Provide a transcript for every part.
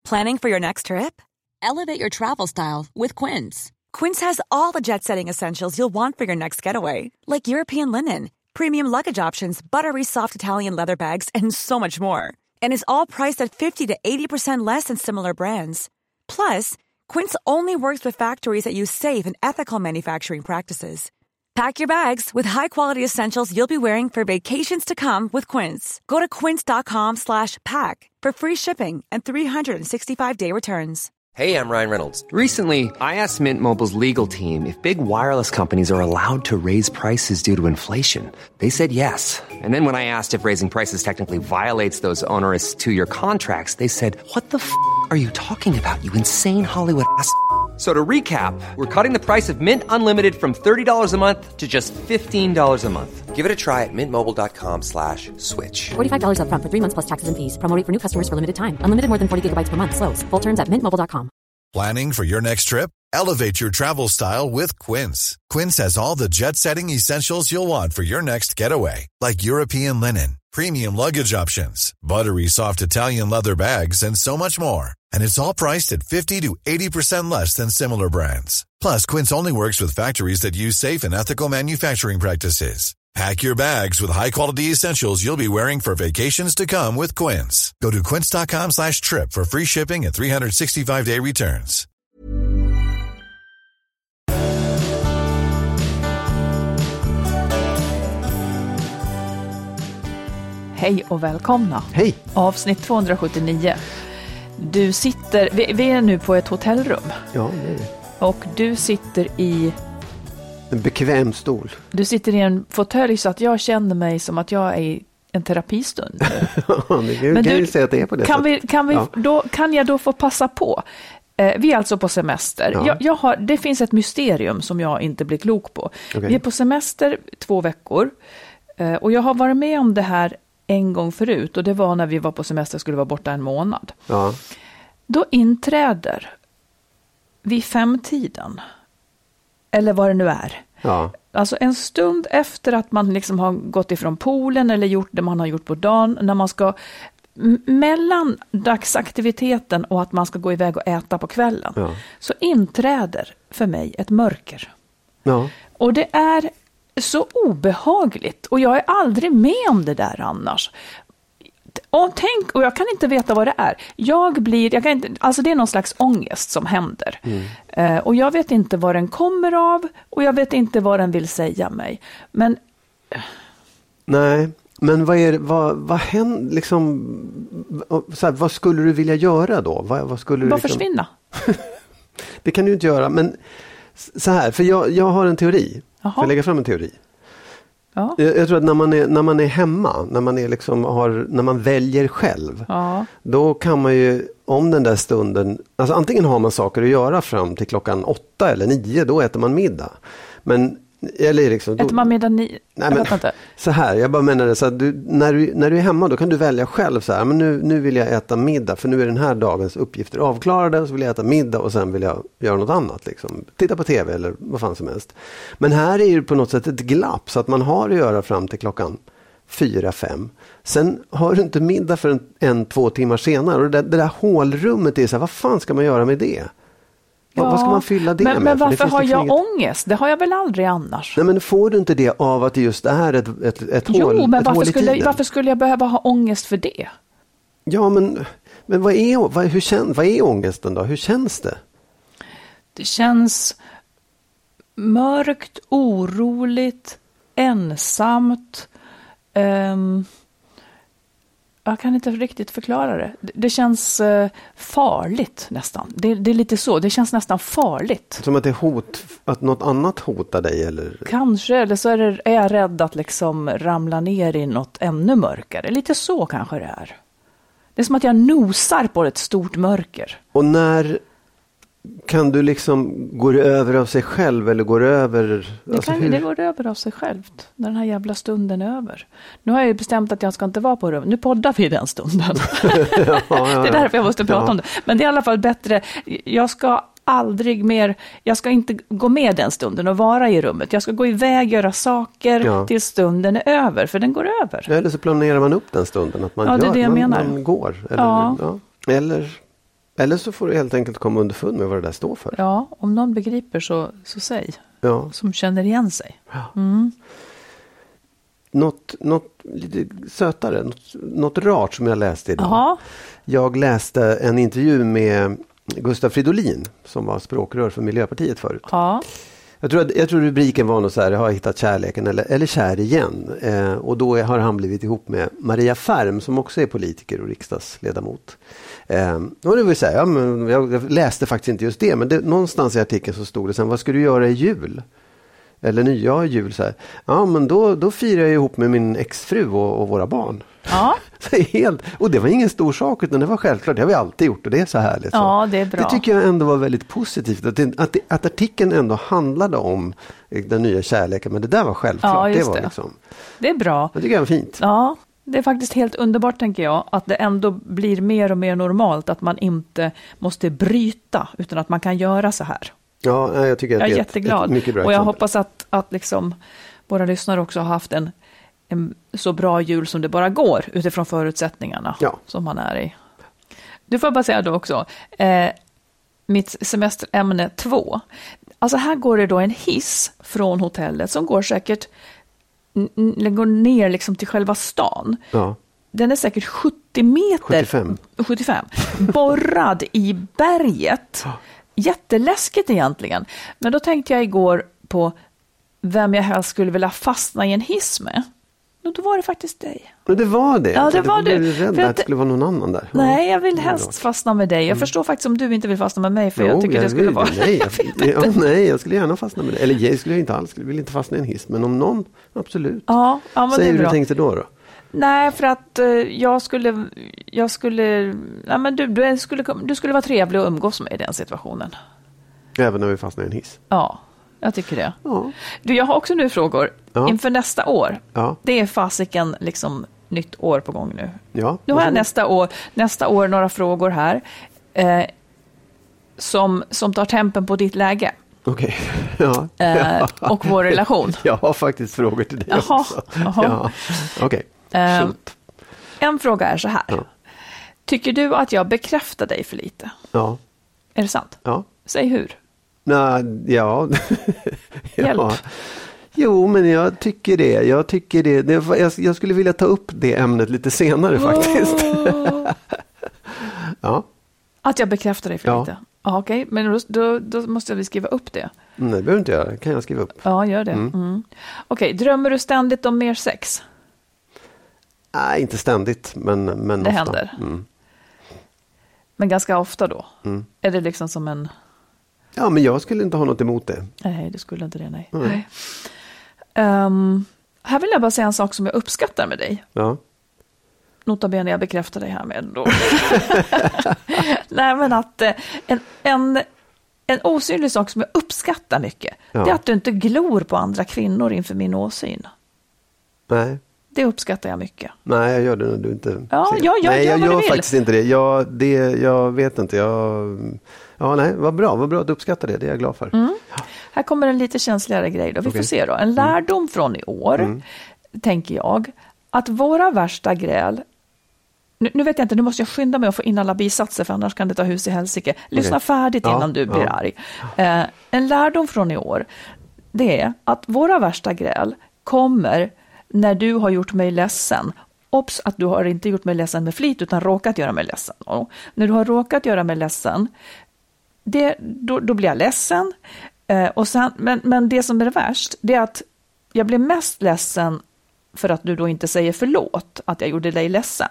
Planning for your next trip? Elevate your travel style with Quince. Quince has all the jet-setting essentials you'll want for your next getaway, like European linen, premium luggage options, buttery soft Italian leather bags, and so much more. And is all priced at 50 to 80% less than similar brands. Plus, Quince only works with factories that use safe and ethical manufacturing practices. Pack your bags with high-quality essentials you'll be wearing for vacations to come with Quince. Go to quince.com/pack for free shipping and 365-day returns. Hey, I'm Ryan Reynolds. Recently, I asked Mint Mobile's legal team if big wireless companies are allowed to raise prices due to inflation. They said yes. And then when I asked if raising prices technically violates those onerous two-year contracts, they said, "What the f*** are you talking about, you insane Hollywood ass?" So to recap, we're cutting the price of Mint Unlimited from $30 a month to just $15 a month. Give it a try at mintmobile.com/switch. $45 up front for 3 months plus taxes and fees. Promo rate for new customers for limited time. Unlimited more than 40 gigabytes per month. Slows full terms at mintmobile.com. Planning for your next trip? Elevate your travel style with Quince. Quince has all the jet-setting essentials you'll want for your next getaway, like European linen, premium luggage options, buttery soft Italian leather bags, and so much more. And it's all priced at 50 to 80% less than similar brands. Plus, Quince only works with factories that use safe and ethical manufacturing practices. Pack your bags with high-quality essentials you'll be wearing for vacations to come with Quince. Go to quince.com/trip for free shipping and 365-day returns. Hej och välkomna. Hej. Avsnitt 279. Du sitter, vi är nu på ett hotellrum. Ja, det är det. Och du sitter i en bekväm stol. Du sitter i en fåtölj så att jag känner mig som att jag är i en terapistund. Men du, ju säga att det är på det kan jag då få passa på? Vi är alltså på semester. Ja. Det finns ett mysterium som jag inte blir klok på. Okay. Vi är på semester 2 veckor. Och jag har varit med om det här en gång förut. Och det var när vi var på semester och skulle vara borta en månad. Ja. Då inträder vid 5-tiden. Eller vad det nu är. Ja. Alltså en stund efter att man liksom har gått ifrån poolen eller gjort det man har gjort på dagen. När man ska mellan dagsaktiviteten och att man ska gå iväg och äta på kvällen. Ja. Så inträder för mig ett mörker. Ja. Och det är så obehagligt. Och jag är aldrig med om det där annars. Och jag kan inte veta vad det är. Alltså det är någon slags ångest som händer. Och jag vet inte vad den kommer av. Och jag vet inte vad den vill säga mig. Men... Nej, men vad händer liksom... Så här, vad skulle du vilja göra då? Vad skulle du bara liksom... försvinna. Det kan du inte göra, men så här, för jag har en teori. Får jag lägga fram en teori? Ja. Jag tror att när man är hemma, när man är liksom när man väljer själv, då kan man ju om den där stunden, alltså antingen har man saker att göra fram till klockan 8 eller 9, då äter man middag. Men eller liksom, äter man middag 9? Nej, men så här, jag bara menar det så att när du är hemma, då kan du välja själv så här, men nu vill jag äta middag för nu är den här dagens uppgifter avklarade, så vill jag äta middag och sen vill jag göra något annat liksom, titta på tv eller vad fan som helst. Men här är ju på något sätt ett glapp så att man har att göra fram till klockan 4-5. Sen har du inte middag för 1-2 timmar senare och det där hålrummet är så här, vad fan ska man göra med det? Ja, vad ska man fylla det med? Men varför har liksom jag ångest? Det har jag väl aldrig annars. Nej, men får du inte det av att det just är ett hål? Jo, men varför skulle jag behöva ha ångest för det? Ja, men vad är ångesten då? Hur känns det? Det känns mörkt, oroligt, ensamt. Jag kan inte riktigt förklara det. Det känns farligt nästan. Det är lite så. Det känns nästan farligt. Som att det är att något annat hotar dig? Eller? Kanske, eller så är jag rädd att liksom ramla ner i något ännu mörkare. Lite så kanske det är. Det är som att jag nosar på ett stort mörker. Och när kan du liksom gå över av sig själv eller går över... Det går över av sig självt när den här jävla stunden är över. Nu har jag ju bestämt att jag ska inte vara på rummet. Nu poddar vi den stunden. Det är därför jag måste prata om det. Men det är i alla fall bättre. Jag ska inte gå med den stunden och vara i rummet. Jag ska gå iväg, göra saker till stunden är över. För den går över. Eller så planerar man upp den stunden. Att man det är det jag menar. Man går. Eller, eller Eller så får du helt enkelt komma underfund med vad det där står för. Ja, om någon begriper så säg. Ja. Som känner igen sig. Mm. Något lite sötare, något rart som jag läste idag. Aha. Jag läste en intervju med Gustav Fridolin som var språkrör för Miljöpartiet förut. Ja. Jag tror rubriken var något så här, jag har hittat kärleken eller kär igen. Och då har han blivit ihop med Maria Färm som också är politiker och riksdagsledamot. Och det vill säga, ja, men jag läste faktiskt inte just det, men någonstans i artikeln så stod det sen, vad ska du göra i jul? Eller nyår i jul så här. Ja, men då firar jag ihop med min exfru och våra barn. Ja. Och det var ingen stor sak utan det var självklart. Det har vi alltid gjort och det är så härligt. Så. Ja, det är bra. Det tycker jag ändå var väldigt positivt. Att artikeln ändå handlade om den nya kärleken. Men det där var självklart. Ja, just det var det. liksom. Det är bra. Det tycker jag var fint. Ja, det är faktiskt helt underbart tänker jag. Att det ändå blir mer och mer normalt. Att man inte måste bryta utan att man kan göra så här. Ja, jag tycker att jag är det är jätteglad. ett mycket bra och jag exempel. hoppas att liksom våra lyssnare också har haft en så bra jul som det bara går utifrån förutsättningarna som man är i. Du får bara säga då också, mitt semesterämne 2. Alltså här går det då en hiss från hotellet som går säkert går ner liksom till själva stan. Ja. Den är säkert 70 meter. 75. Borrad i berget. Jätteläskigt egentligen. Men då tänkte jag igår på vem jag helst skulle vilja fastna i en hiss med. Och då var det faktiskt dig. Men det var det? Ja, det var du. Jag blev rädd att det skulle vara någon annan där. Nej, jag vill helst fastna med dig. Jag förstår faktiskt om du inte vill fastna med mig. För jag tycker det skulle vara... Nej, jag skulle gärna fastna med dig. Eller jag skulle inte alls, vill inte fastna i en hiss. Men om någon, absolut. Ja, men säg det är hur bra. du tänkte då. Nej, för att jag skulle nej, men du skulle vara trevlig och umgås med i den situationen. Även när vi fastnar i en hiss? Ja, jag tycker det. Ja. Du, jag har också nu frågor inför nästa år. Ja. Det är fasiken liksom nytt år på gång nu. Ja. Nu har jag nästa år några frågor här som tar tempen på ditt läge. Okej. Ja. Och vår relation. Jag har faktiskt frågor till dig också. Ja. Okej. En fråga är så här. Ja. Tycker du att jag bekräftar dig för lite? Ja. Är det sant? Ja. Säg hur. Ja. Hjälp. Ja. Jo, men jag tycker det. Jag skulle vilja ta upp det ämnet lite senare faktiskt. Ja. Att jag bekräftar dig för lite? Ja, okej. Men då måste vi skriva upp det. Nej, det behöver inte göra. Det kan jag skriva upp. Ja, gör det. Okej, drömmer du ständigt om mer sex? Nej, inte ständigt, men det ofta. Händer. Men ganska ofta då? Är det liksom som en... Ja, men jag skulle inte ha något emot det. Nej, det skulle inte det, nej. Här vill jag bara säga en sak som jag uppskattar med dig. Ja. Nota bene, jag bekräftar dig här med då. Nej, men att en osynlig sak som jag uppskattar mycket, det är att du inte glor på andra kvinnor inför min åsyn. Nej. Det uppskattar jag mycket. Nej, jag gör det när du inte ser. Nej, jag gör faktiskt inte det. Jag vet inte. Nej, vad bra att du uppskattar det. Det är jag glad för. Här kommer en lite känsligare grej då. Vi får se då. En lärdom från i år, tänker jag, att våra värsta gräl... Nu vet jag inte, nu måste jag skynda mig att få in alla bisatser för annars kan det ta hus i helsike. Lyssna färdigt innan du blir arg. En lärdom från i år, det är att våra värsta gräl kommer när du har gjort mig ledsen. Obs, att du har inte gjort mig ledsen med flit utan råkat göra mig ledsen. Och när du har råkat göra mig ledsen, då blir jag ledsen. Och sen, men det som är värst, det är att jag blir mest ledsen för att du då inte säger förlåt att jag gjorde dig ledsen.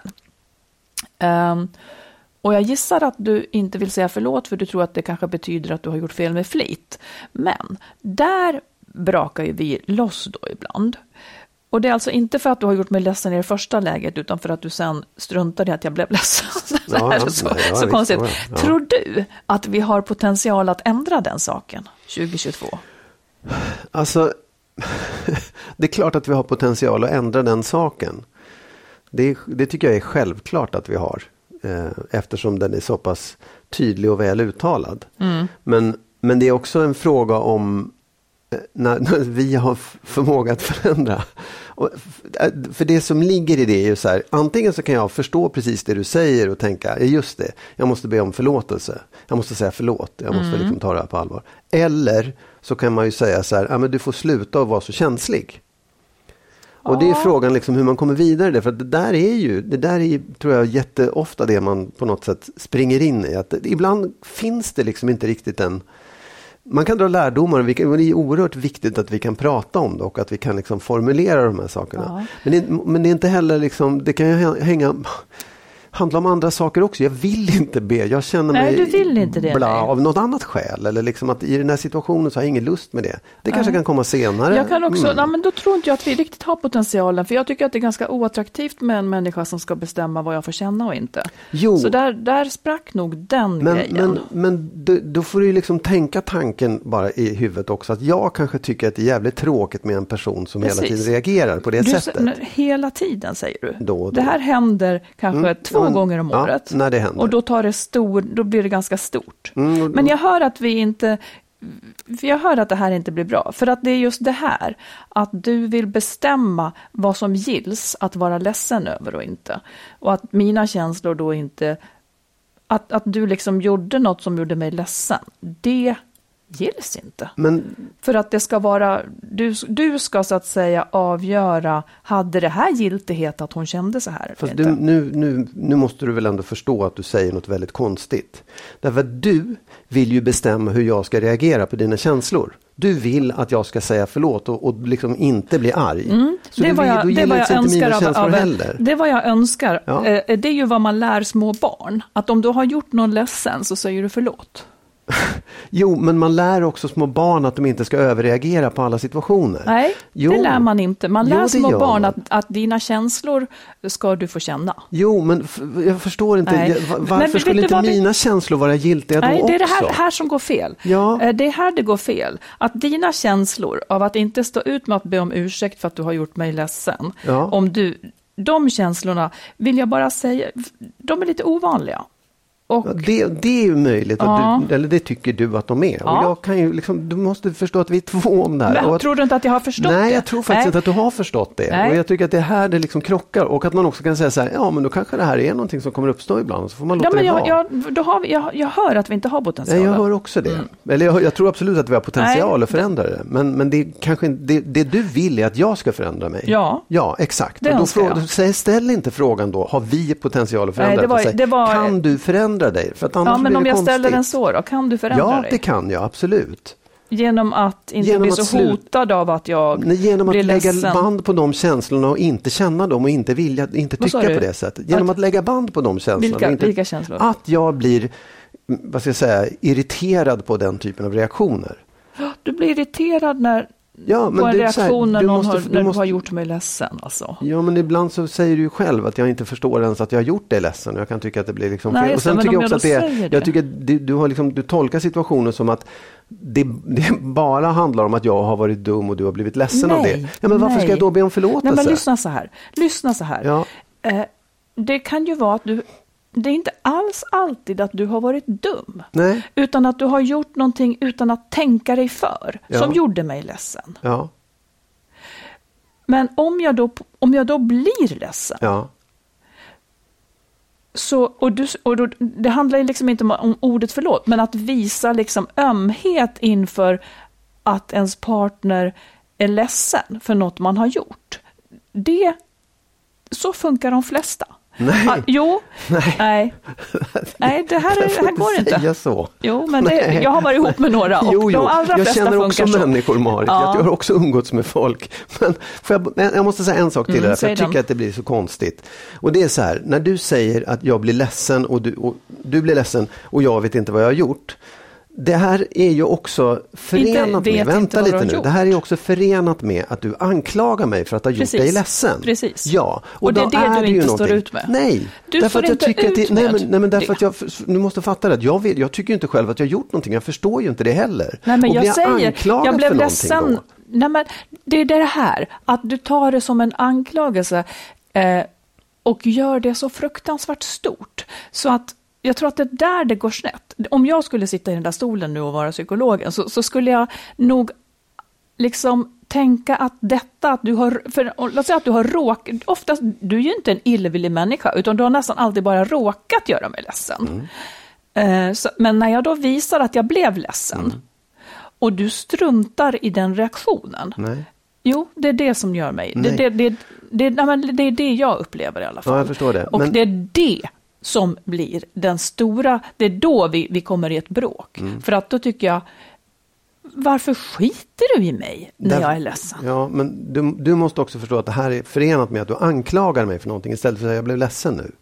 Och jag gissar att du inte vill säga förlåt för du tror att det kanske betyder att du har gjort fel med flit. Men där brakar ju vi loss då ibland. Och det är alltså inte för att du har gjort mig ledsen i det första läget utan för att du sen struntade i att jag blev ledsen. Så konstigt. Ja. Tror du att vi har potential att ändra den saken 2022? Alltså, det är klart att vi har potential att ändra den saken. Det tycker jag är självklart att vi har. Eftersom den är så pass tydlig och väl uttalad. Men det är också en fråga om när vi har förmåga att förändra. Och för det som ligger i det är ju så här, antingen så kan jag förstå precis det du säger och tänka, just det, jag måste be om förlåtelse. Jag måste säga förlåt, jag måste liksom ta det här på allvar. Eller så kan man ju säga så här, men du får sluta att vara så känslig. Och det är frågan liksom hur man kommer vidare. För att det där är tror jag jätteofta det man på något sätt springer in i. Att ibland finns det liksom inte riktigt man kan dra lärdomar och det är oerhört viktigt att vi kan prata om det och att vi kan liksom formulera de här sakerna. Ja. Men det är inte heller liksom, det kan ju handla om andra saker också. Jag vill inte be. Jag känner mig du vill inte det, av något annat skäl. Eller liksom att i den här situationen så har jag ingen lust med det. Det kanske kan komma senare. Jag kan också, men då tror inte jag att vi riktigt har potentialen. För jag tycker att det är ganska oattraktivt med en människa som ska bestämma vad jag får känna och inte. Jo. Så där sprack nog den grejen. Men då får du ju liksom tänka tanken bara i huvudet också. Att jag kanske tycker att det är jävligt tråkigt med en person som hela tiden reagerar på det sättet. Hela tiden säger du. Då. Det här händer kanske 2 gånger om året. När det händer. Och då blir det ganska stort. Men jag hör att jag hör att det här inte blir bra. För att det är just det här. Att du vill bestämma vad som gills att vara ledsen över och inte. Och att mina känslor då inte... Att du liksom gjorde något som gjorde mig ledsen. Det gills inte. För att det ska vara... Du ska så att säga avgöra, hade det här giltighet att hon kände så här? Fast nu måste du väl ändå förstå att du säger något väldigt konstigt. Därför att du vill ju bestämma hur jag ska reagera på dina känslor. Du vill att jag ska säga förlåt och liksom inte bli arg. Så det var jag önskar Det var jag önskar. Ja. Det är ju vad man lär små barn. Att om du har gjort någon ledsen så säger du förlåt. Jo, men man lär också små barn att de inte ska överreagera på alla situationer. Nej, det lär man inte. Man lär små barn att dina känslor ska du få känna. Jo, men jag förstår inte. Varför skulle inte mina känslor vara giltiga då också? Nej, det är det här som går fel. Ja. Det är här det går fel. Att dina känslor av att inte stå ut med att be om ursäkt för att du har gjort mig ledsen. Ja. De känslorna vill jag bara säga, de är lite ovanliga. Och, det är ju möjligt att eller det tycker du att de är. Och jag kan ju liksom, du måste förstå att vi är 2 om det här. Men tror du inte att jag har förstått det? Nej, jag tror faktiskt inte att du har förstått det. Nej. Och jag tycker att det är här det liksom krockar. Och att man också kan säga så här, men då kanske det här är någonting som kommer uppstå ibland. Så får man låta det vara. Jag hör att vi inte har potential. Nej, jag hör också det. Eller jag tror absolut att vi har potential att förändra det. Men det kanske det du vill är att jag ska förändra mig. Ja, exakt. Då ställ inte frågan då, har vi potential att förändra dig? Kan du förändra dig? För att annars men om jag konstigt. Ställer den så då, kan du förändra dig? Ja, det kan jag, absolut. Genom att inte bli så hotad av att jag blir ledsen. Genom att lägga band på de känslorna och inte känna dem och inte tycka på det sättet. Genom att lägga band på de känslorna. Vilka känslor? Att jag blir, irriterad på den typen av reaktioner. Du blir irriterad när... på en reaktion när du har gjort mig ledsen. Alltså. Ja, men ibland så säger du ju själv att jag inte förstår ens att jag har gjort dig ledsen. Jag kan tycka att det blir liksom fel. Och sen tycker jag också att jag tycker att du tolkar situationen som att det bara handlar om att jag har varit dum och du har blivit ledsen av det. Ja, men varför ska jag då be om förlåtelse? Nej, men lyssna så här. Ja. Det kan ju vara att det är inte alls alltid att du har varit dum. Nej. Utan att du har gjort någonting utan att tänka dig för. Som gjorde mig ledsen. Ja. Men om jag då blir ledsen. Ja. Så, det handlar ju liksom inte om ordet förlåt. Men att visa liksom ömhet inför att ens partner är ledsen för något man har gjort. Så funkar de flesta. Nej. Nej, det här går inte. Säga så. Jo, men jag har varit ihop med några och de allra flesta jag känner också funkar människor, Marit. Jag har också umgåtts med folk. Men jag måste säga en sak till det, för jag tycker att det blir så konstigt. Och det är så här, när du säger att jag blir ledsen och du blir ledsen och jag vet inte vad jag har gjort. Det här är ju också förenat med, vänta lite nu, det här är också förenat med att du anklagar mig för att ha gjort dig ledsen. Precis. Ja. Och det är det du inte står ut med. Nej. Du får inte ut med. Nej, men därför att du måste fatta det. Jag tycker inte själv att jag har gjort någonting. Jag förstår ju inte det heller. Nej, men jag blev ledsen. Nej, men det är det här, att du tar det som en anklagelse och gör det så fruktansvärt stort. Så att jag tror att det där det går snett. Om jag skulle sitta i den där stolen nu och vara psykologen så skulle jag nog liksom tänka att detta, att du har, låt säga att du har råkat, oftast, du är ju inte en illvillig människa, utan du har nästan alltid bara råkat göra mig ledsen. Men när jag då visar att jag blev ledsen, och du struntar i den reaktionen. Nej. Jo, det är det som gör mig. Det är det jag upplever i alla fall. Ja, jag förstår det. Och det är det som blir den stora, det är då vi kommer i ett bråk. För att då tycker jag, varför skiter du i mig när jag är ledsen? Ja, men du måste också förstå att det här är förenat med att du anklagar mig för någonting istället för att jag blev ledsen nu.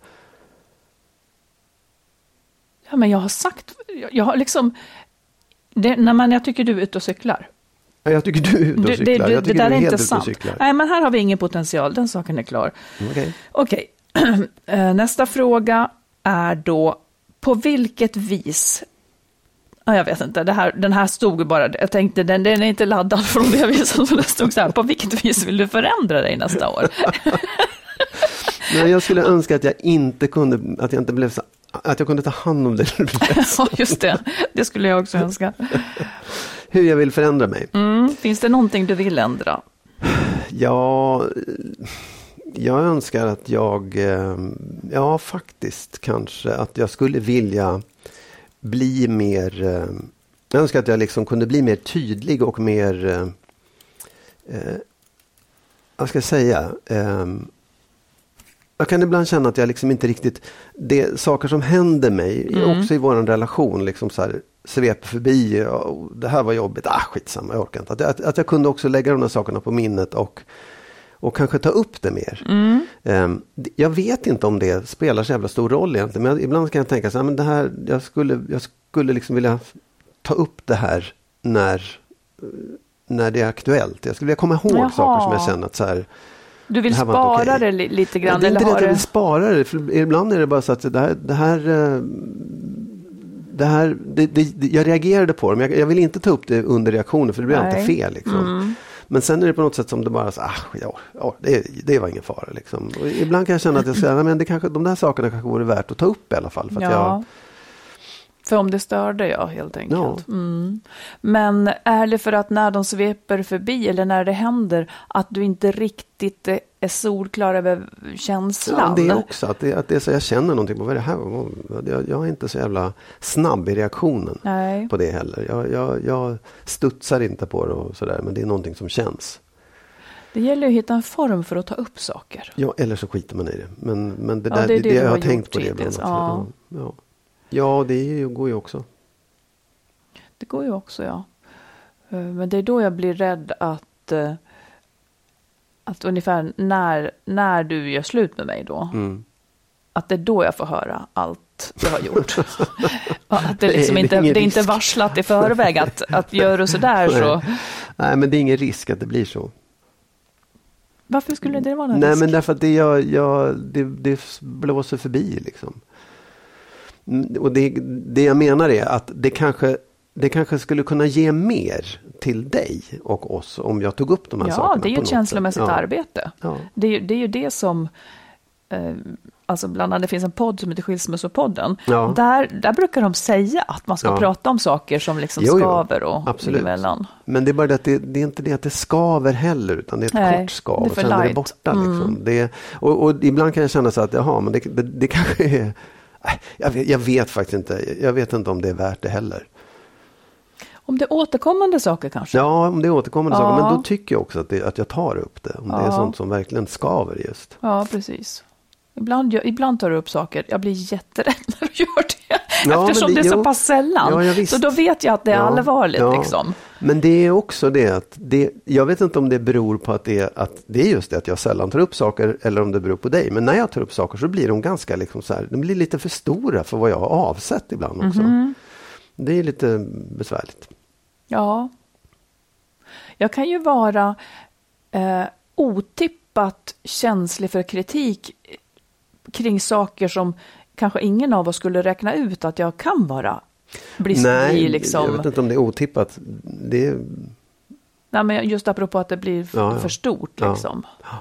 Ja, men jag har sagt, jag har liksom, jag tycker du är ute och cyklar. Ja, jag tycker du är ute och cyklar. Jag tycker det där du är är helt inte ute och sant. cyklar. Nej, men här har vi ingen potential, den saken är klar. Okej. Nästa fråga är då, på vilket vis... Ja, jag vet inte, den här stod bara, jag tänkte den är inte laddad från det viset som det stod så här, på vilket vis vill du förändra dig nästa år? Nej, jag skulle önska att jag inte kunde, att jag inte blev så, att jag kunde ta hand om det. Ja, just det skulle jag också önska. Hur jag vill förändra mig. Finns det någonting du vill ändra? Ja, jag önskar att ja faktiskt kanske, att jag skulle vilja bli mer, jag önskar att jag liksom kunde bli mer tydlig och mer, vad ska jag säga, jag kan ibland känna att jag liksom inte riktigt, det saker som händer mig, också i vår relation, liksom så här, sveper förbi, och det här var jobbigt, skitsamma, jag orkar inte. Att jag kunde också lägga de här sakerna på minnet och kanske ta upp det mer. Jag vet inte om det spelar så jävla stor roll egentligen, men ibland kan jag tänka så här, men det här, jag skulle liksom vilja ta upp det här när det är aktuellt. Jag skulle vilja komma ihåg saker som jag känner att så här, du vill spara det lite grann? Det är inte eller det att jag vill spara det, för ibland är det bara så att jag reagerade på det, men jag vill inte ta upp det under reaktionen, för det blir alltid fel liksom. Men sen är det på något sätt som det bara så, det var ingen fara liksom. Och ibland kan jag känna att jag säger, men det kanske, de där sakerna kanske vore värt att ta upp i alla fall, för att för om det störde jag helt enkelt. Ja. Men är det för att när de sveper förbi eller när det händer att du inte riktigt är solklar över känslan? Ja, det är också att det är så jag känner någonting på vad det här. Jag är inte så jävla snabb i reaktionen på det heller. Jag studsar inte på det och sådär, men det är någonting som känns. Det gäller att hitta en form för att ta upp saker. Ja, eller så skiter man i det. Men det där, det jag har tänkt på det bland annat. Ja, det går ju också. Det går ju också, ja. Men det är då jag blir rädd att ungefär när du gör slut med mig då, att det är då jag får höra allt jag har gjort. Att det liksom det är inte varslat i förväg att gör du sådär så. Nej, men det är ingen risk att det blir så. Varför skulle det vara en risk? Nej, men därför att det blåser förbi liksom. Och det jag menar är att det kanske skulle kunna ge mer till dig och oss om jag tog upp de här sakerna. Ja, det är ju ett känslomässigt arbete. Ja. Det är ju det som alltså bland annat det finns en podd som heter Skilsmässopodden. Ja. Där brukar de säga att man ska prata om saker som liksom skaver och emellan. Men det är bara det att det är inte det att det skaver heller, utan det är ett kort skav och sen är det borta. Liksom. Och ibland kan jag känna så att men det kanske är... Jag vet faktiskt inte. Jag vet inte om det är värt det heller. Om det är återkommande saker kanske? Ja, om det är återkommande saker. Men då tycker jag också att jag tar upp det. Om det är sånt som verkligen skaver just. Ja, precis. Ibland tar du upp saker. Jag blir jätterädd när du gör det. Eftersom det är så pass sällan. Ja, så då vet jag att det är allvarligt. Liksom. Men det är också det att jag vet inte om det beror på att det är just det att jag sällan tar upp saker, eller om det beror på dig. Men när jag tar upp saker så blir de ganska liksom så här, de blir lite för stora för vad jag har avsett ibland också. Det är lite besvärligt. Ja. Jag kan ju vara otippat känslig för kritik kring saker som kanske ingen av oss skulle räkna ut att jag kan vara Nej, liksom. Jag vet inte om det är otippat. Nej, men just apropå att det blir för stort liksom. Ja.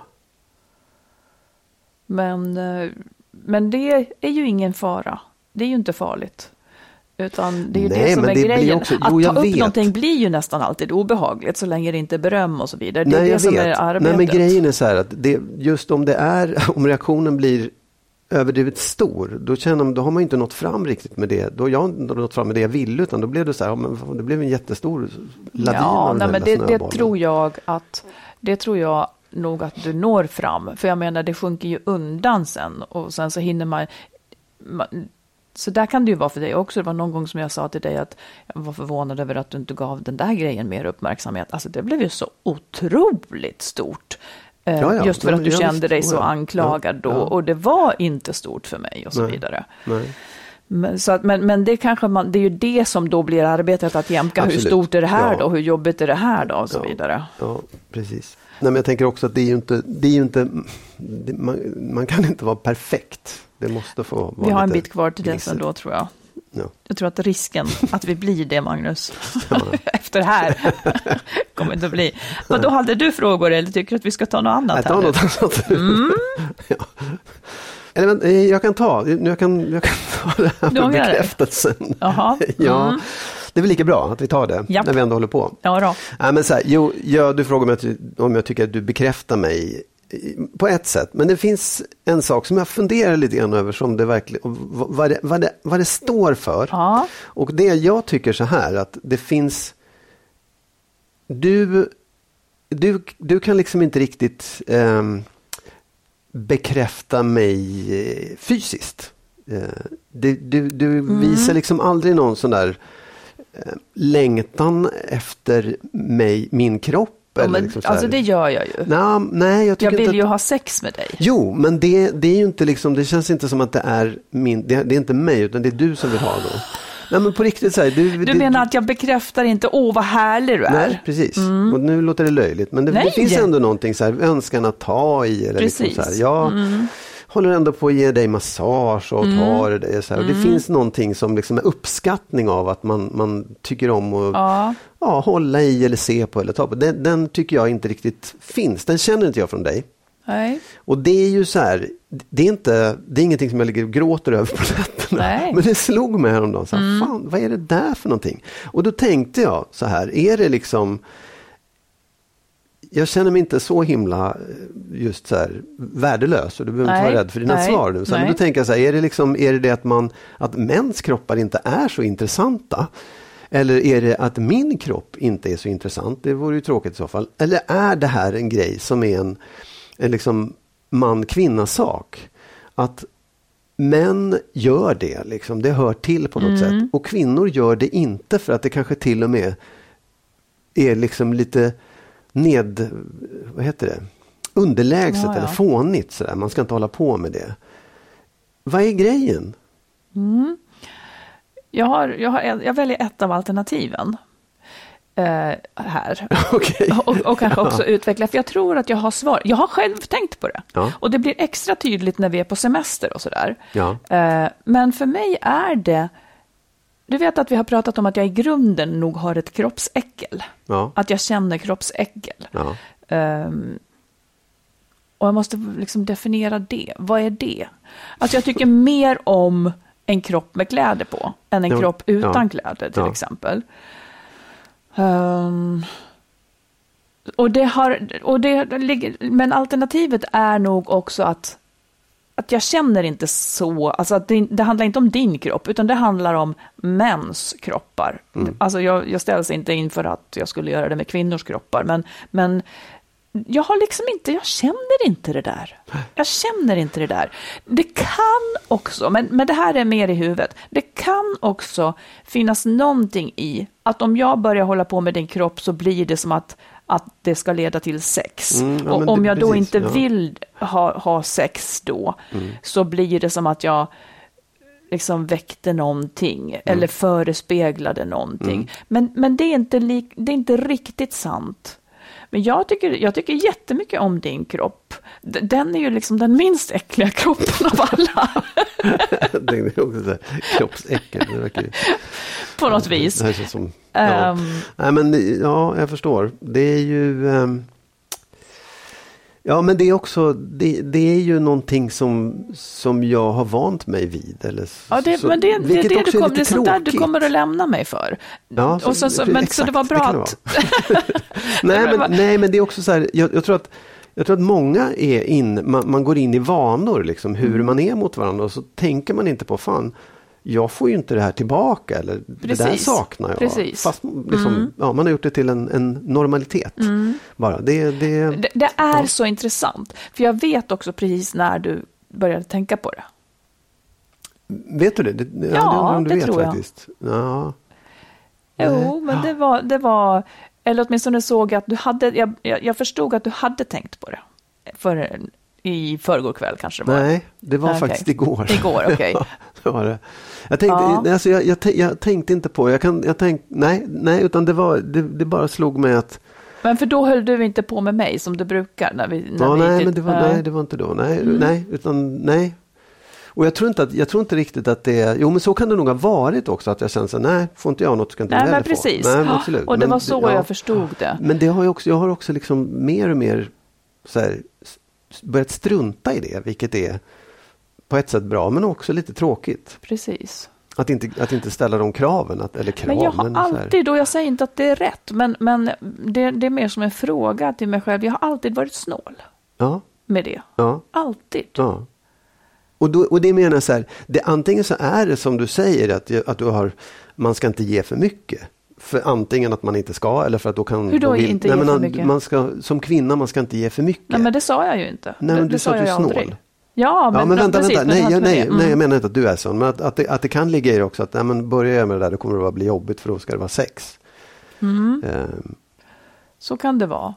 Men det är ju ingen fara. Det är ju inte farligt. Utan det är ju det som är grejen. Också, att ta upp någonting blir ju nästan alltid obehagligt så länge det inte är beröm och så vidare. Det är det som är arbetet. Nej, men grejen är så här att just om reaktionen blir överdrivet stor, då har man inte nått fram riktigt med det. Då har jag inte nått fram med det jag ville, utan då blev det så här, men det blev en jättestor lavin av den men det tror jag nog att du når fram. För jag menar, det sjunker ju undan sen och sen så hinner man så där kan det ju vara för dig också. Det var någon gång som jag sa till dig att jag var förvånad över att du inte gav den där grejen mer uppmärksamhet. Alltså det blev ju så otroligt stort. Just för att du kände dig så anklagad då. Och det var inte stort för mig och så vidare. Nej. Men det kanske det är ju det som då blir arbetet att jämka. Absolut. Hur stort är det här då? Hur jobbigt är det här då? Och så vidare. Ja, precis. Nej, men jag tänker också att det är ju inte man kan inte vara perfekt. Det måste få vara. Vi har en bit kvar till det sen då, tror jag. Ja. Jag tror att risken att vi blir det, Magnus, efter det här kommer inte att bli. Men då hade du frågor eller tycker att vi ska ta något annat här? Något annat. Ja. Eller, jag kan ta det här med bekräftelsen. Jaha. Ja. Det är väl lika bra att vi tar det när vi ändå håller på. Ja då. Men så här, du frågar mig om jag tycker att du bekräftar mig på ett sätt. Men det finns en sak som jag funderar lite grann över som det verkligen, vad det står för. Ja. Och det jag tycker så här att det finns du kan liksom inte riktigt bekräfta mig fysiskt. Du visar liksom aldrig någon sån där längtan efter min kropp. Ja, men, liksom alltså det gör jag ju. Nej, jag vill ju ha sex med dig. Jo, men det är ju inte liksom, det känns inte som att det är det är inte mig, utan det är du som vill ha då. Nej, men på riktigt så här, du menar att jag bekräftar inte, vad härlig du är. Nej, precis. Och nu låter det löjligt, men det finns ändå någonting så här, önskan att ta i eller liksom så här. Jag håller ändå på att ge dig massage och ta det så här. Och det finns någonting som liksom är uppskattning av att man tycker om att hålla i eller se på eller ta på. Den tycker jag inte riktigt finns. Den känner inte jag från dig. Nej. Och det är ju så här, det är ingenting som jag ligger och gråter över på nätterna. Nej. Men det slog mig häromdagen så här, fan, vad är det där för någonting? Och då tänkte jag så här, är det liksom, jag känner mig inte så himla just så här värdelös, och du behöver inte vara rädd för dina svar nu. Så men då tänker jag så här, är det att mäns kroppar inte är så intressanta? Eller är det att min kropp inte är så intressant? Det vore ju tråkigt i så fall. Eller är det här en grej som är en liksom man-kvinna-sak? Att män gör det, liksom, det hör till på något sätt. Och kvinnor gör det inte för att det kanske till och med är liksom lite underlägset eller fånigt sådär. Man ska inte hålla på med det. Vad är grejen? Jag väljer ett av alternativen här. Okay. Och kanske också utveckla, för jag tror att jag har svar. Jag har själv tänkt på det. Ja. Och det blir extra tydligt när vi är på semester och sådär. Ja. Men för mig är det, du vet att vi har pratat om att jag i grunden nog har ett kroppsäckel. Ja. Att jag känner kroppsäckel. Ja. Och jag måste liksom definiera det. Vad är det? Alltså jag tycker mer om en kropp med kläder på än en kropp utan kläder till exempel. Men alternativet är nog också att jag känner inte så, alltså att det handlar inte om din kropp, utan det handlar om mäns kroppar. Alltså jag ställs inte inför att jag skulle göra det med kvinnors kroppar, men jag har liksom inte, jag känner inte det där. Jag känner inte det där. Det kan också, men det här är mer i huvudet. Det kan också finnas någonting i att om jag börjar hålla på med din kropp så blir det som att det ska leda till sex. Och om jag då inte vill ha sex då, så blir det som att jag liksom väckte någonting eller förespeglade någonting. Men det är inte riktigt sant. Men jag tycker jättemycket om din kropp. Den är ju liksom den minst äckliga kroppen av alla. Det är också så här, kroppsäckel. På något vis. Det här som, Nej, men jag förstår. Det är ju Ja, men det är också, det är ju någonting som jag har vant mig vid. Eller ja, det är sånt där du kommer att lämna mig för. Ja, och så det var bra att... nej, men det är också så här, jag tror att många man går in i vanor liksom, hur man är mot varandra, och så tänker man inte på fan, jag får ju inte det här tillbaka, eller det där saknar jag. Precis. Fast liksom, man har gjort det till en normalitet. Bara. Det är så intressant, för jag vet också precis när du började tänka på det. Vet du det? Det tror faktiskt. Ja. Jo, men det var eller åtminstone såg jag att du hade, jag förstod att du hade tänkt på det i förrgår kväll kanske det var. Nej, det var faktiskt igår. Igår, okej. Ja, det var det. Jag tänkte, alltså jag tänkte inte på, nej, utan det bara slog mig att... Men för då höll du inte på med mig som du brukar när vi det var inte då. Nej. Och jag tror inte riktigt att det är... Jo, men så kan det nog ha varit också, att jag känner så nej, får inte jag något, ska inte heller få. Precis. Nej, absolut. Och det var så jag förstod det. Men det har jag har också liksom mer och mer så här, börjat strunta i det, vilket är på ett sätt bra, men också lite tråkigt. Precis. Att inte ställa de kraven. Men jag har alltid, och jag säger inte att det är rätt, men det är mer som en fråga till mig själv. Jag har alltid varit snål med det. Ja. Alltid. Ja. Och det menar så här, antingen så är det som du säger, att man ska inte ge för mycket. För antingen att man inte ska, eller för att då kan... Hur då inte ge för mycket? Man ska, som kvinna, man ska inte ge för mycket. Nej, men det sa jag ju inte. Nej, men du sa att du är snål. Ja, men vänta. Precis, nej, jag menar inte att du är sån. Men att det kan ligga i det också. Att börjar jag med det där, då kommer det att bli jobbigt, för då ska det vara sex. Så kan det vara.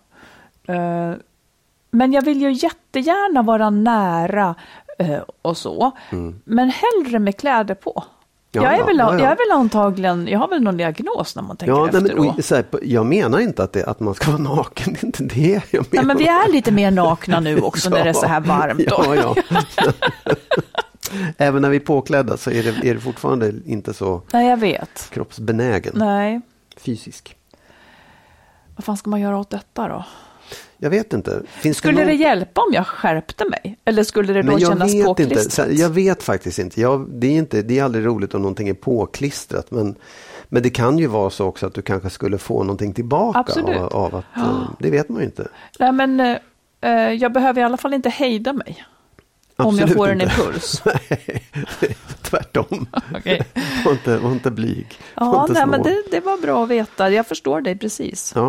Men jag vill ju jättegärna vara nära och så. Men hellre med kläder på. Jag är väl antagligen, jag har väl någon diagnos när man tänker efter. Jag menar inte att man ska vara naken, det är inte det jag menar. Nej, men vi är lite mer nakna nu också när det är så här varmt. Ja. Även när vi är påklädda så är det fortfarande inte så kroppsbenägen. Nej. Fysisk. Vad fan ska man göra åt detta då? Jag vet inte. Skulle det hjälpa om jag skärpte mig? Eller skulle det då kännas påklistrat? Jag vet faktiskt inte. Det är aldrig roligt om någonting är påklistrat. Men det kan ju vara så också att du kanske skulle få någonting tillbaka av att... Det vet man ju inte. Nej, men jag behöver i alla fall inte hejda mig. Absolut, om jag får en impuls. Nej, tvärtom. Okay. Var inte blyg. Ja, men det var bra att veta. Jag förstår dig precis. Ja.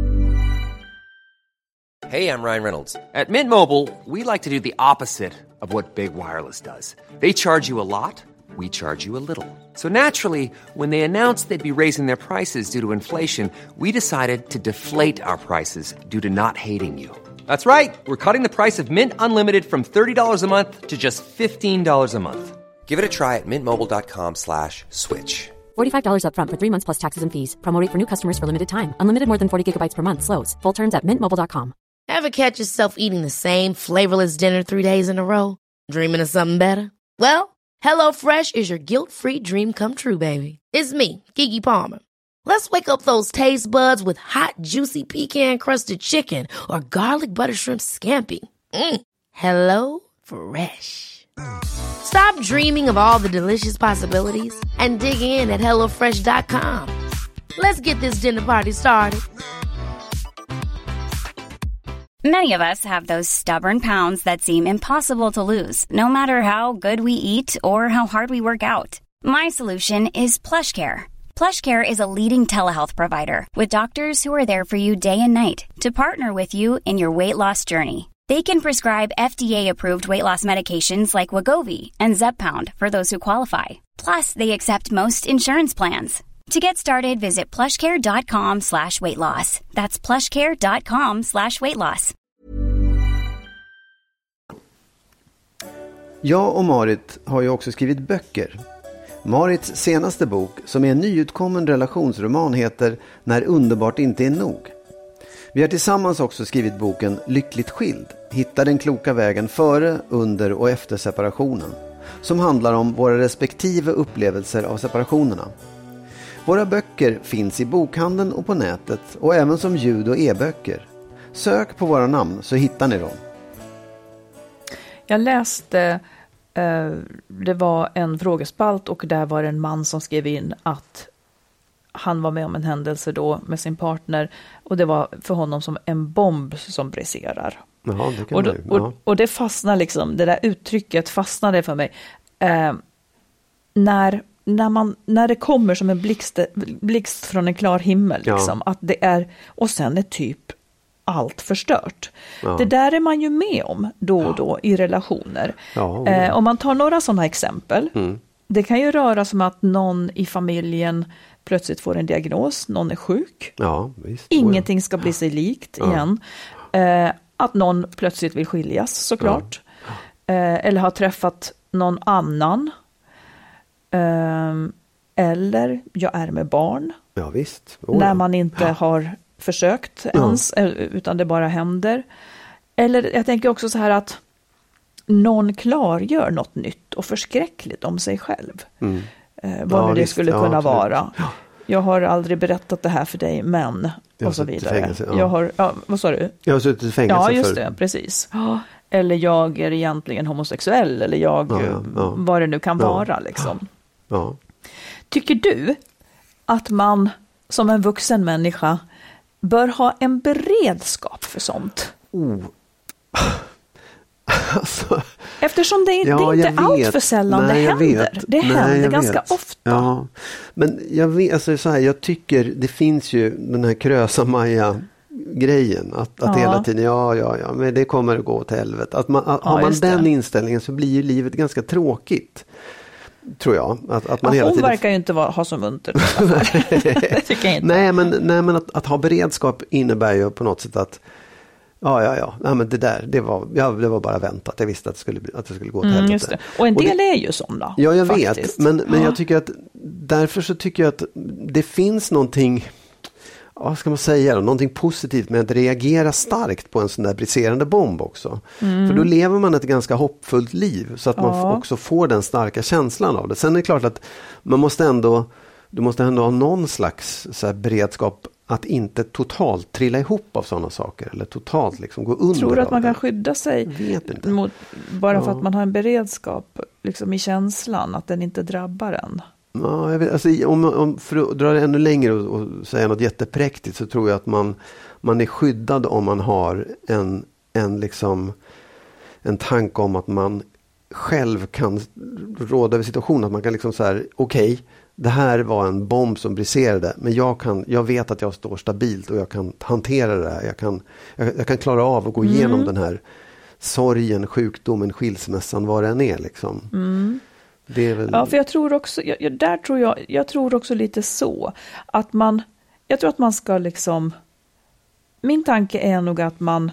Hey, I'm Ryan Reynolds. At Mint Mobile, we like to do the opposite of what Big Wireless does. They charge you a lot, we charge you a little. So naturally, when they announced they'd be raising their prices due to inflation, we decided to deflate our prices due to not hating you. That's right. We're cutting the price of Mint Unlimited from $30 a month to just $15 a month. Give it a try at mintmobile.com/switch. $45 up front for 3 months plus taxes and fees. Promo rate for new customers for limited time. Unlimited more than 40 gigabytes per month. Slows full terms at mintmobile.com. Ever catch yourself eating the same flavorless dinner 3 days in a row? Dreaming of something better? Well, HelloFresh is your guilt-free dream come true, baby. It's me, Keke Palmer. Let's wake up those taste buds with hot, juicy pecan-crusted chicken or garlic butter shrimp scampi. Hello Fresh. Stop dreaming of all the delicious possibilities and dig in at HelloFresh.com. Let's get this dinner party started. Many of us have those stubborn pounds that seem impossible to lose, no matter how good we eat or how hard we work out. My solution is PlushCare. PlushCare is a leading telehealth provider with doctors who are there for you day and night to partner with you in your weight loss journey. They can prescribe FDA-approved weight loss medications like Wegovy and Zepbound for those who qualify. Plus, they accept most insurance plans. To get started, visit plushcare.com/weightloss. That's plushcare.com/weightloss. Jag och Marit har ju också skrivit böcker. Marits senaste bok, som är en nyutkommen relationsroman, heter När underbart inte är nog. Vi har tillsammans också skrivit boken Lyckligt skild. Hitta den kloka vägen före, under och efter separationen. Som handlar om våra respektive upplevelser av separationerna. Våra böcker finns i bokhandeln och på nätet och även som ljud- och e-böcker. Sök på våra namn så hittar ni dem. Jag läste, det var en frågespalt och där var en man som skrev in att han var med om en händelse då med sin partner och det var för honom som en bomb som briserar. Jaha, det kan och det fastnade liksom, det där uttrycket fastnade för mig. När det kommer som en blixt från en klar himmel liksom, att det är, och sen är typ allt förstört. Ja. Det där är man ju med om då och då i relationer. Om man tar några sådana exempel, det kan ju röra sig om att någon i familjen plötsligt får en diagnos, någon är sjuk. Ja, visst. Ingenting ska bli sig likt igen. Att någon plötsligt vill skiljas såklart. Eller har träffat någon annan. Eller jag är med barn. Ja, visst. När man inte har försökt ens, utan det bara händer. Eller jag tänker också så här att någon klargör något nytt och förskräckligt om sig själv. Vad nu det skulle kunna vara. Jag har aldrig berättat det här för dig, men och så vidare. Fängelse, jag har, vad sa du? Jag har suttit i fängelse för. Ja, just det, precis. Eller jag är egentligen homosexuell, eller jag, vad det nu kan vara liksom. Ja. Tycker du att man som en vuxen människa bör ha en beredskap för sånt? Alltså, eftersom det är inte allt för sällan det händer. Det händer ganska ofta. Ja. Men jag vet, alltså så här, jag tycker det finns ju den här Krösa-Maja-grejen. Att hela tiden, men det kommer att gå åt helvete. Har man den inställningen så blir ju livet ganska tråkigt. Tror jag. Att man hela hon tiden... verkar ju inte ha som munter. Det tycker jag inte. Nej, men att ha beredskap innebär ju på något sätt att men det var bara väntat. Jag visste att det skulle gå åt helvete. Just det. Och en del är ju sådana. Ja, jag vet. Men jag tycker att därför så tycker jag att det finns någonting, vad ska man säga då, någonting positivt med att reagera starkt på en sån där briserande bomb också. För då lever man ett ganska hoppfullt liv så att man också får den starka känslan av det. Sen är det klart att du måste ändå ha någon slags så här beredskap att inte totalt trilla ihop av sådana saker eller totalt liksom gå under. Tror du att man kan skydda sig mot, bara för att man har en beredskap liksom i känslan att den inte drabbar en? Ja, jag vet, alltså, om för att dra det ännu längre och säga något jättepräktigt så tror jag att man är skyddad om man har en tanke om att man själv kan råda över situationen, att man kan liksom så här, okej, det här var en bomb som briserade, men jag vet att jag står stabilt och jag kan hantera det här. Jag kan klara av att gå igenom den här sorgen, sjukdomen, skilsmässan, vad det än är liksom. Det är väl... Ja, för jag tror också, jag tror också lite så att jag tror att man ska liksom, min tanke är nog att man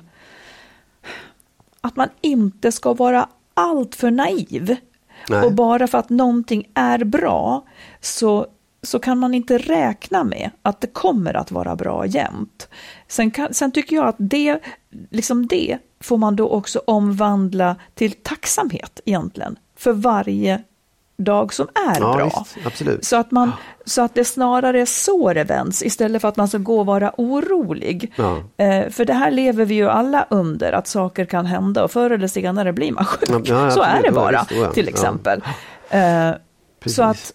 inte ska vara allt för naiv. Nej. Och bara för att någonting är bra så kan man inte räkna med att det kommer att vara bra jämt. Sen tycker jag att det får man då också omvandla till tacksamhet egentligen för varje dag som är bra. Visst, absolut. Så att det snarare är så det vänds istället för att man ska gå och vara orolig. Ja. För det här lever vi ju alla under, att saker kan hända och förr eller senare blir man sjuk. Ja, så är det bara, till exempel. Så att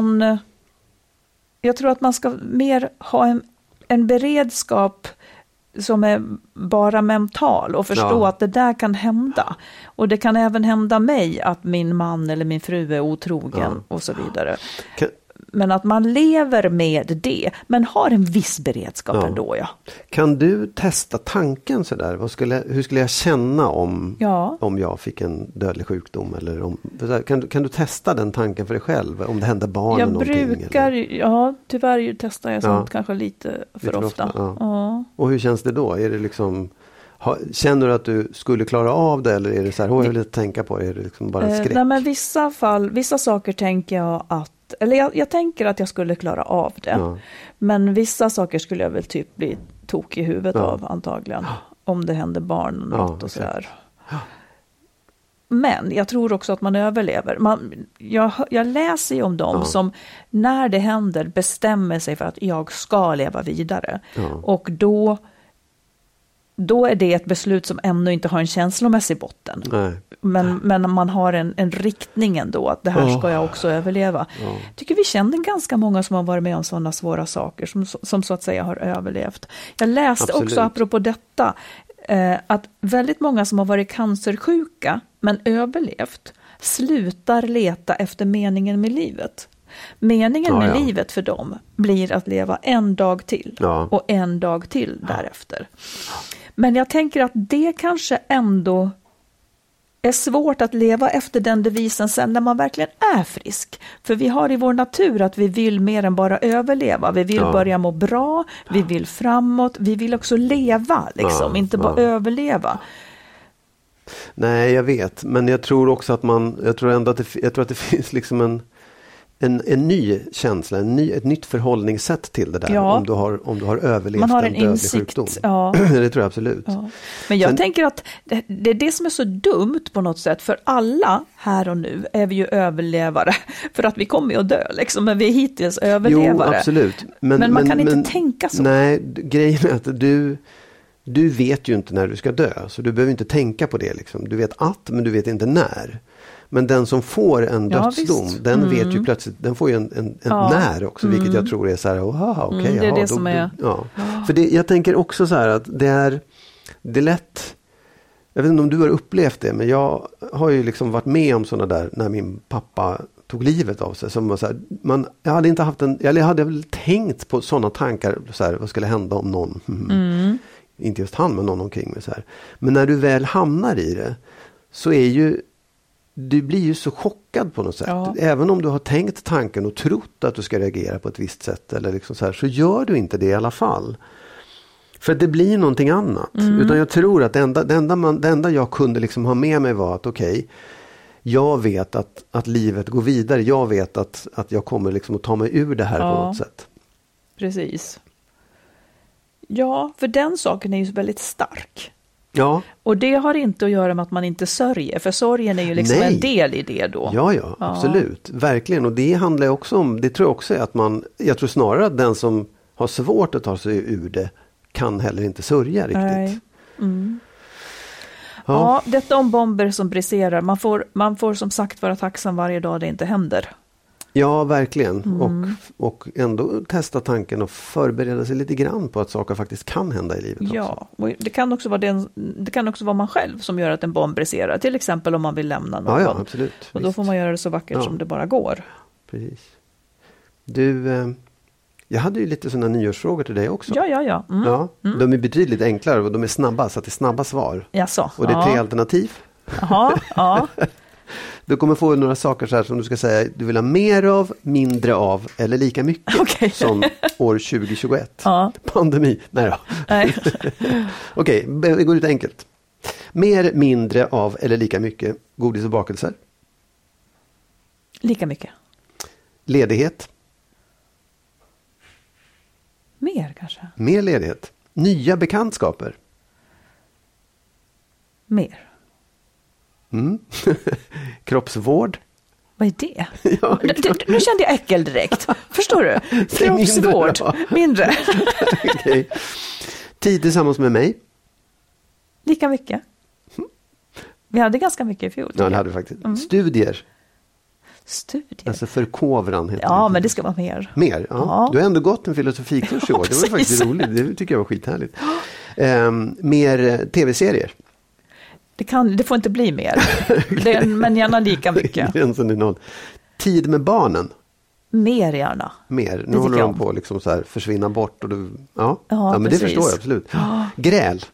jag tror att man ska mer ha en beredskap som är bara mental och förstå att det där kan hända. Och det kan även hända mig att min man eller min fru är otrogen och så vidare. Men att man lever med det, men har en viss beredskap ändå. Ja. Kan du testa tanken sådär? Hur skulle jag känna om jag fick en dödlig sjukdom? Eller kan du testa den tanken för dig själv? Om det händer barn eller någonting? Jag brukar, tyvärr testar jag sånt kanske lite för ofta. Ja. Och hur känns det då? Är det liksom... Känner du att du skulle klara av det, eller är det så här, jag vill inte tänka på det, är det liksom bara en skräck? Nej, men vissa saker tänker jag eller jag tänker att jag skulle klara av det. Men vissa saker skulle jag väl typ bli tok i huvudet av antagligen. Om det händer barn och något och sådär. Men jag tror också att man överlever. Jag läser ju om dem som när det händer bestämmer sig för att jag ska leva vidare. Och då då är det ett beslut som ännu inte har en känslomässig botten. Nej. Men man har en riktning ändå, att det här ska jag också överleva. Tycker vi känner ganska många som har varit med om sådana svåra saker, som så att säga har överlevt. Jag läste också, apropå detta, att väldigt många som har varit cancersjuka men överlevt slutar leta efter meningen med livet. Meningen med livet för dem blir att leva en dag till och en dag till därefter. Men jag tänker att det kanske ändå är svårt att leva efter den devisen sen när man verkligen är frisk. För vi har i vår natur att vi vill mer än bara överleva. Vi vill börja må bra, vi vill framåt, vi vill också leva, liksom, inte bara överleva. Nej, jag vet. Men jag tror också att jag tror att det finns liksom en ny känsla, ett nytt förhållningssätt till det där, om du har överlevt man har en dödlig insikt, sjukdom. Det tror jag absolut. Ja. Men jag tänker att det är det som är så dumt på något sätt, för alla här och nu är vi ju överlevare, för att vi kommer ju att dö, liksom, men vi är hittills överlevare. Jo, absolut. Men man kan inte tänka så. Nej, grejen är att du vet ju inte när du ska dö, så du behöver inte tänka på det. Liksom. Du vet men du vet inte när. Men den som får en dödsdom, den vet ju plötsligt, den får ju en när också, vilket jag tror är så här, okej, det är det som är. För jag tänker också så här att det är lätt, jag vet inte om du har upplevt det, men jag har ju liksom varit med om sådana där när min pappa tog livet av sig, som var så här, jag hade inte haft jag hade väl tänkt på sådana tankar, så här, vad skulle hända om någon inte just han, men någon omkring mig så här. Men när du väl hamnar i det, så är ju du blir ju så chockad på något sätt. Även om du har tänkt tanken och trott att du ska reagera på ett visst sätt eller liksom så här, så gör du inte det i alla fall. För det blir någonting annat. Utan jag tror att det enda jag kunde liksom ha med mig var att okej, jag vet att livet går vidare. Jag vet att jag kommer liksom att ta mig ur det här på något sätt. Precis. Ja, för den saken är ju väldigt stark. Ja. Och det har inte att göra med att man inte sörjer, för sorgen är ju liksom en del i det då. Ja, absolut. Verkligen. Och det handlar också om, det tror jag också är att jag tror snarare att den som har svårt att ta sig ur det kan heller inte sörja riktigt. Nej. Ja, detta om bomber som briserar. Man får som sagt vara tacksam varje dag det inte händer. Ja, verkligen. Och ändå testa tanken och förbereda sig lite grann på att saker faktiskt kan hända i livet också. Ja, och det kan också vara man själv som gör att en bomb briserar. Till exempel om man vill lämna någon. Ja, absolut. Och då får man göra det så vackert som det bara går. Precis. Du, jag hade ju lite sådana nyårsfrågor till dig också. Ja. De är betydligt enklare och de är snabba, så att det är snabba svar. Jaså, och det är 3 alternativ. Ja. Du kommer få några saker så här som du ska säga, du vill ha mer av, mindre av eller lika mycket som år 2021. Pandemi. Nej då. Okej, det går ut enkelt. Mer, mindre av eller lika mycket godis och bakelser? Lika mycket. Ledighet? Mer kanske. Mer ledighet. Nya bekantskaper? Mer. Kroppsvård? Vad är det? Nu kände jag äckel direkt. Förstår du? Kroppsvård. Mindre. Okay. Tid tillsammans med mig? Lika mycket. Vi hade ganska mycket i fjol. Ja, det hade vi faktiskt. Studier? Alltså förkovran heter det. Ja, men det ska vara mer. Mer? Ja. Du har ändå gått en filosofikurs i år. Det var faktiskt roligt. Det tycker jag var skithärligt. Mer tv-serier? Det får inte bli mer. Men gärna lika mycket. Gränsen är noll. Tid med barnen? Mer gärna. Mer. Nu håller de på liksom så här försvinna bort. Och men det förstår jag absolut. Gräl?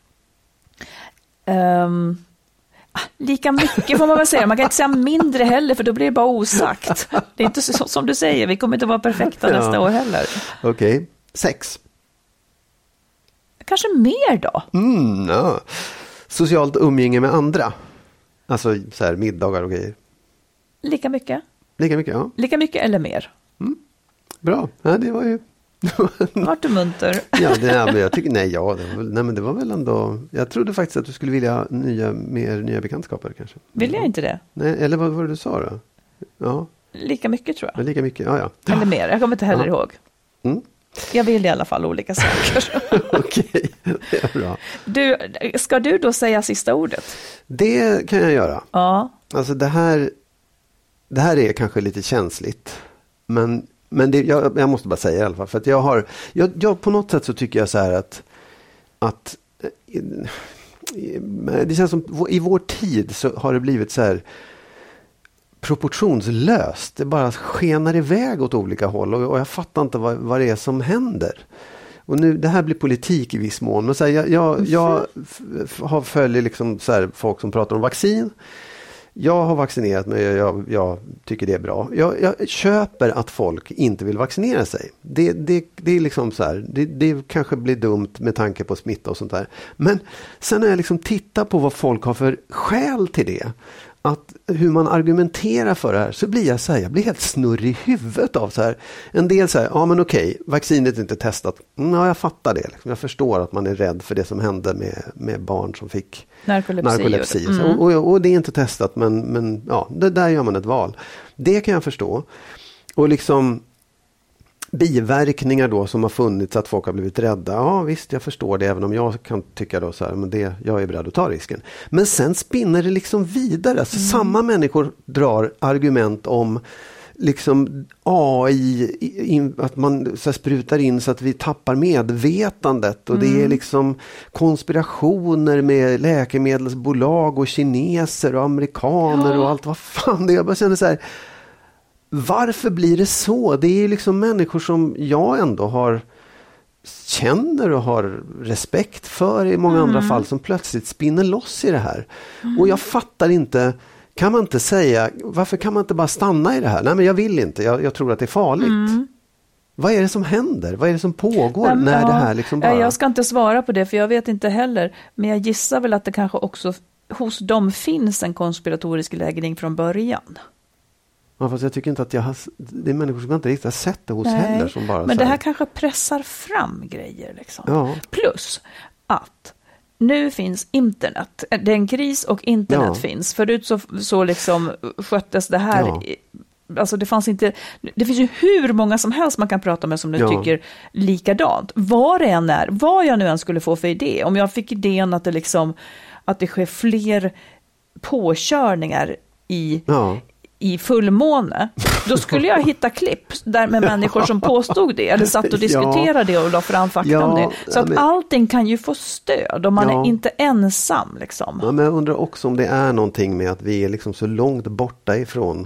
Lika mycket får man väl säga. Man kan inte säga mindre heller, för då blir det bara osagt. Det är inte så, som du säger, vi kommer inte vara perfekta nästa år heller. Okej. Sex? Kanske mer då? Socialt umgänge med andra? Alltså så här middagar och grejer. Lika mycket. Lika mycket, ja. Lika mycket eller mer. Bra. Ja, det var ju... Vart du munter? Men jag tycker, men det var väl ändå... Jag trodde faktiskt att du skulle vilja ha nya bekantskaper kanske. Vill jag inte det? Nej, eller vad var det du sa då? Ja. Lika mycket tror jag. Men lika mycket, ja. Eller mer, jag kommer inte heller ihåg. Jag vill i alla fall olika saker. Okej, det är bra. Ska du då säga sista ordet? Det kan jag göra. Ja. Alltså det här är kanske lite känsligt. Men jag måste bara säga i alla fall. För att jag på något sätt så tycker jag så här att det känns som i vår tid så har det blivit så här proportionslöst. Det bara skenar iväg åt olika håll och jag fattar inte vad det är som händer. Och nu, det här blir politik i viss mån. Men så här, jag följer liksom så här, folk som pratar om vaccin. Jag har vaccinerat mig och jag tycker det är bra. Jag köper att folk inte vill vaccinera sig. Det är liksom så här, det kanske blir dumt med tanke på smitta och sånt där. Men sen när jag liksom tittar på vad folk har för skäl till det, att hur man argumenterar för det här, så blir jag blir helt snurrig i huvudet av så här. En del säger, ja men okej, vaccinet är inte testat. Ja, jag fattar det. Liksom. Jag förstår att man är rädd för det som hände med barn som fick narkolepsi. Och det är inte testat, men ja, där gör man ett val. Det kan jag förstå. Och liksom biverkningar då som har funnits, att folk har blivit rädda. Ja visst, jag förstår det, även om jag kan tycka då så här, men jag är beredd att ta risken. Men sen spinner det liksom vidare. Alltså, samma människor drar argument om liksom AI, att man så här, sprutar in så att vi tappar medvetandet, och det är liksom konspirationer med läkemedelsbolag och kineser och amerikaner och allt vad fan det är. Jag bara känner så här, varför blir det så? Det är liksom människor som jag ändå känner och har respekt för i många andra fall, som plötsligt spinner loss i det här. Och jag fattar inte, kan man inte säga, varför kan man inte bara stanna i det här? Nej, men jag vill inte, jag tror att det är farligt. Vad är det som händer? Vad är det som pågår när det här liksom bara... Jag ska inte svara på det, för jag vet inte heller. Men jag gissar väl att det kanske också hos dem finns en konspiratorisk läggning från början. Ja, fast jag tycker inte att det är människor som inte riktigt har sett det hos heller. Som bara men det här kanske pressar fram grejer. Liksom. Ja. Plus att nu finns internet. Det är en kris och internet finns. Förut så liksom sköttes det här... Ja. Alltså det finns ju hur många som helst man kan prata med som nu tycker likadant. Vad jag nu än skulle få för idé. Om jag fick idén att det sker fler påkörningar i fullmåne, då skulle jag hitta klipp där med människor som påstod det, eller satt och diskuterade det och la fram fakta om det. Så att allting kan ju få stöd och man är inte ensam. Liksom. Ja, men jag undrar också om det är någonting med att vi är liksom så långt borta ifrån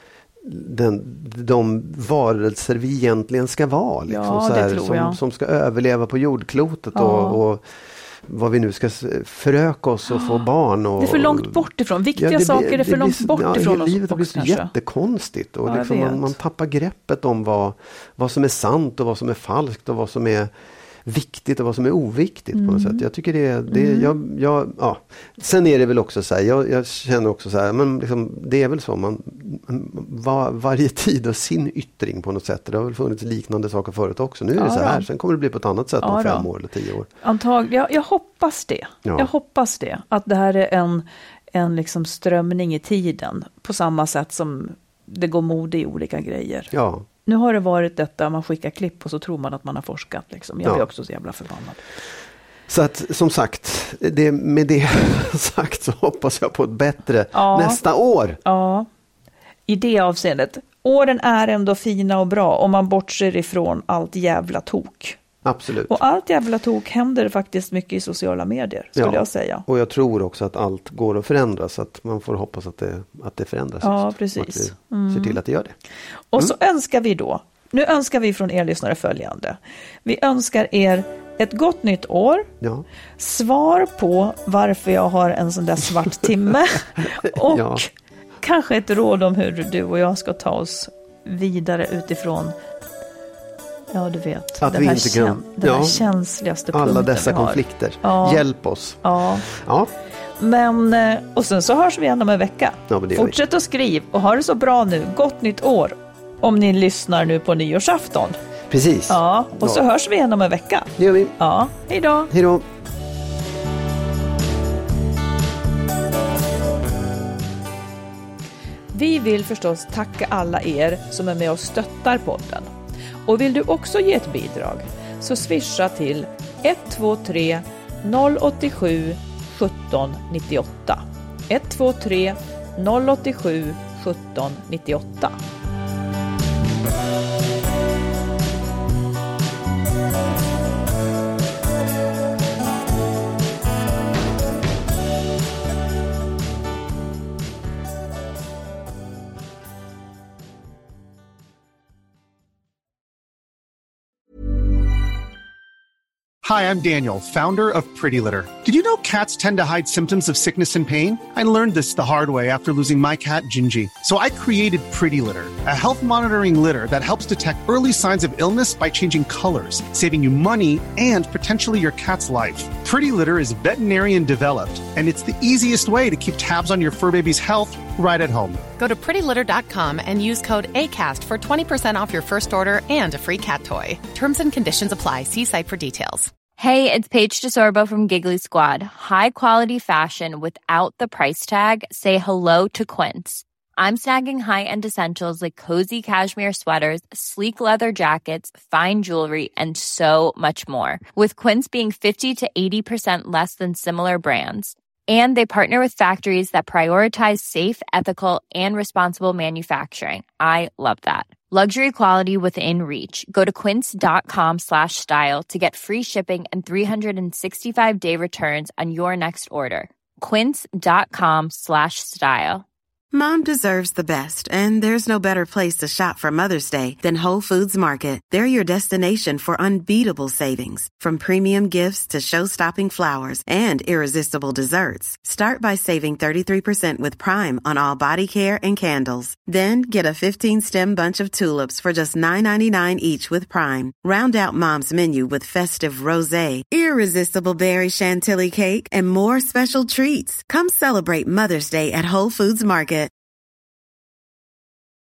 de varelser vi egentligen ska vara. Liksom, så här, som ska överleva på jordklotet och vad vi nu ska föröka oss och få barn. Och, det är för långt bort ifrån. Viktiga saker är för långt bort ifrån oss. Livet har blivit jättekonstigt. Och liksom man tappar greppet om vad som är sant och vad som är falskt och vad som är viktigt och vad som är oviktigt på något sätt. Jag tycker Sen är det väl också så här, jag känner också så här, men liksom, det är väl så varje tid och sin yttring på något sätt. Det har väl funnits liknande saker förut också. Nu är det så här, sen kommer det bli på ett annat sätt om 5 år eller 10 år. Antagligen, jag hoppas det. Ja. Jag hoppas det, att det här är en liksom strömning i tiden på samma sätt som det går mode i olika grejer. Ja. Nu har det varit detta, man skickar klipp och så tror man att man har forskat. Liksom. Jag är också så jävla förbannad. Så att, som sagt, med det sagt så hoppas jag på ett bättre nästa år. Ja, i det avseendet. Åren är ändå fina och bra om man bortser ifrån allt jävla tok. Absolut. Och allt jävla tok händer faktiskt mycket i sociala medier, skulle jag säga. Och jag tror också att allt går att förändra, så att man får hoppas att det förändras. Ja, precis. Att vi ser till att det gör det. Och så nu önskar vi från er lyssnare följande. Vi önskar er ett gott nytt år. Ja. Svar på varför jag har en sån där svart timme. Och kanske ett råd om hur du och jag ska ta oss vidare utifrån... Ja, du vet. Att vi inte kan... Den känsligaste punkten alla dessa konflikter. Ja. Hjälp oss. Ja. Men, och sen så hörs vi igen om en vecka. Ja, fortsätt att skriva och ha det så bra nu. Gott nytt år. Om ni lyssnar nu på nyårsafton. Precis. Ja, och så hörs vi igen om en vecka. Det gör vi. Ja, hej då. Hej då. Vi vill förstås tacka alla er som är med och stöttar podden. Och vill du också ge ett bidrag så swisha till 123 087 17 98. 123 087 17 98. Hi, I'm Daniel, founder of Pretty Litter. Did you know cats tend to hide symptoms of sickness and pain? I learned this the hard way after losing my cat, Gingy. So I created Pretty Litter, a health monitoring litter that helps detect early signs of illness by changing colors, saving you money and potentially your cat's life. Pretty Litter is veterinarian developed, and it's the easiest way to keep tabs on your fur baby's health right at home. Go to prettylitter.com and use code ACAST for 20% off your first order and a free cat toy. Terms and conditions apply. See site for details. Hey, it's Paige DeSorbo from Giggly Squad. High quality fashion without the price tag. Say hello to Quince. I'm snagging high-end essentials like cozy cashmere sweaters, sleek leather jackets, fine jewelry, and so much more. With Quince being 50 to 80% less than similar brands. And they partner with factories that prioritize safe, ethical, and responsible manufacturing. I love that. Luxury quality within reach. Go to quince.com/style to get free shipping and 365-day returns on your next order. Quince.com/style. Mom deserves the best, and there's no better place to shop for Mother's Day than Whole Foods Market. They're your destination for unbeatable savings, from premium gifts to show-stopping flowers and irresistible desserts. Start by saving 33% with Prime on all body care and candles. Then get a 15-stem bunch of tulips for just $9.99 each with Prime. Round out Mom's menu with festive rosé, irresistible berry chantilly cake, and more special treats. Come celebrate Mother's Day at Whole Foods Market.